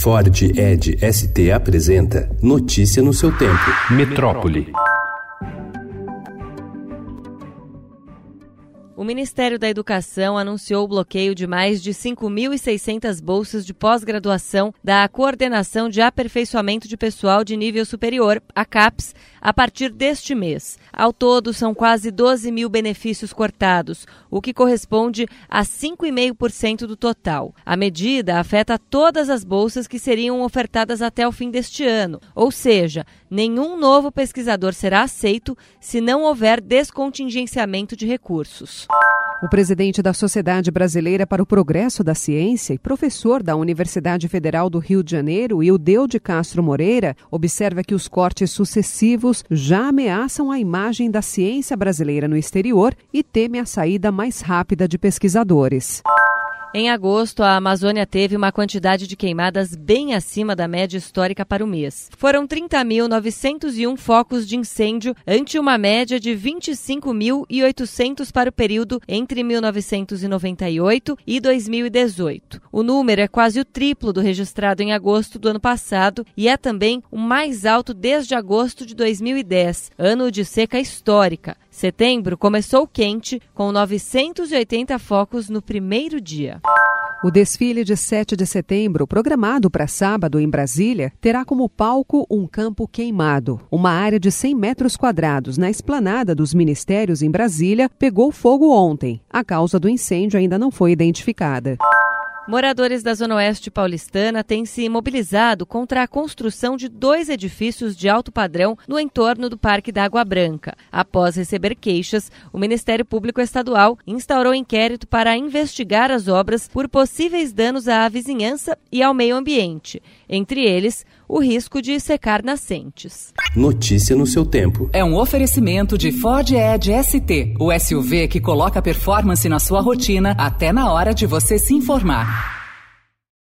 Ford Edge ST apresenta Notícia no seu tempo. Metrópole. O Ministério da Educação anunciou o bloqueio de mais de 5.600 bolsas de pós-graduação da Coordenação de Aperfeiçoamento de Pessoal de Nível Superior, a CAPES, a partir deste mês. Ao todo, são quase 12 mil benefícios cortados, o que corresponde a 5,5% do total. A medida afeta todas as bolsas que seriam ofertadas até o fim deste ano, ou seja, nenhum novo pesquisador será aceito se não houver descontingenciamento de recursos. O presidente da Sociedade Brasileira para o Progresso da Ciência e professor da Universidade Federal do Rio de Janeiro, Ildeu de Castro Moreira, observa que os cortes sucessivos já ameaçam a imagem da ciência brasileira no exterior e teme a saída mais rápida de pesquisadores. Em agosto, a Amazônia teve uma quantidade de queimadas bem acima da média histórica para o mês. Foram 30.901 focos de incêndio, ante uma média de 25.800 para o período entre 1998 e 2018. O número é quase o triplo do registrado em agosto do ano passado e é também o mais alto desde agosto de 2010, ano de seca histórica. Setembro começou quente, com 980 focos no primeiro dia. O desfile de 7 de setembro, programado para sábado em Brasília, terá como palco um campo queimado. Uma área de 100 metros quadrados na esplanada dos ministérios em Brasília pegou fogo ontem. A causa do incêndio ainda não foi identificada. Moradores da Zona Oeste paulistana têm se mobilizado contra a construção de 2 edifícios de alto padrão no entorno do Parque da Água Branca. Após receber queixas, o Ministério Público Estadual instaurou inquérito para investigar as obras por possíveis danos à vizinhança e ao meio ambiente. Entre eles, o risco de secar nascentes. Notícia no seu tempo. É um oferecimento de Ford Edge ST, o SUV que coloca performance na sua rotina até na hora de você se informar.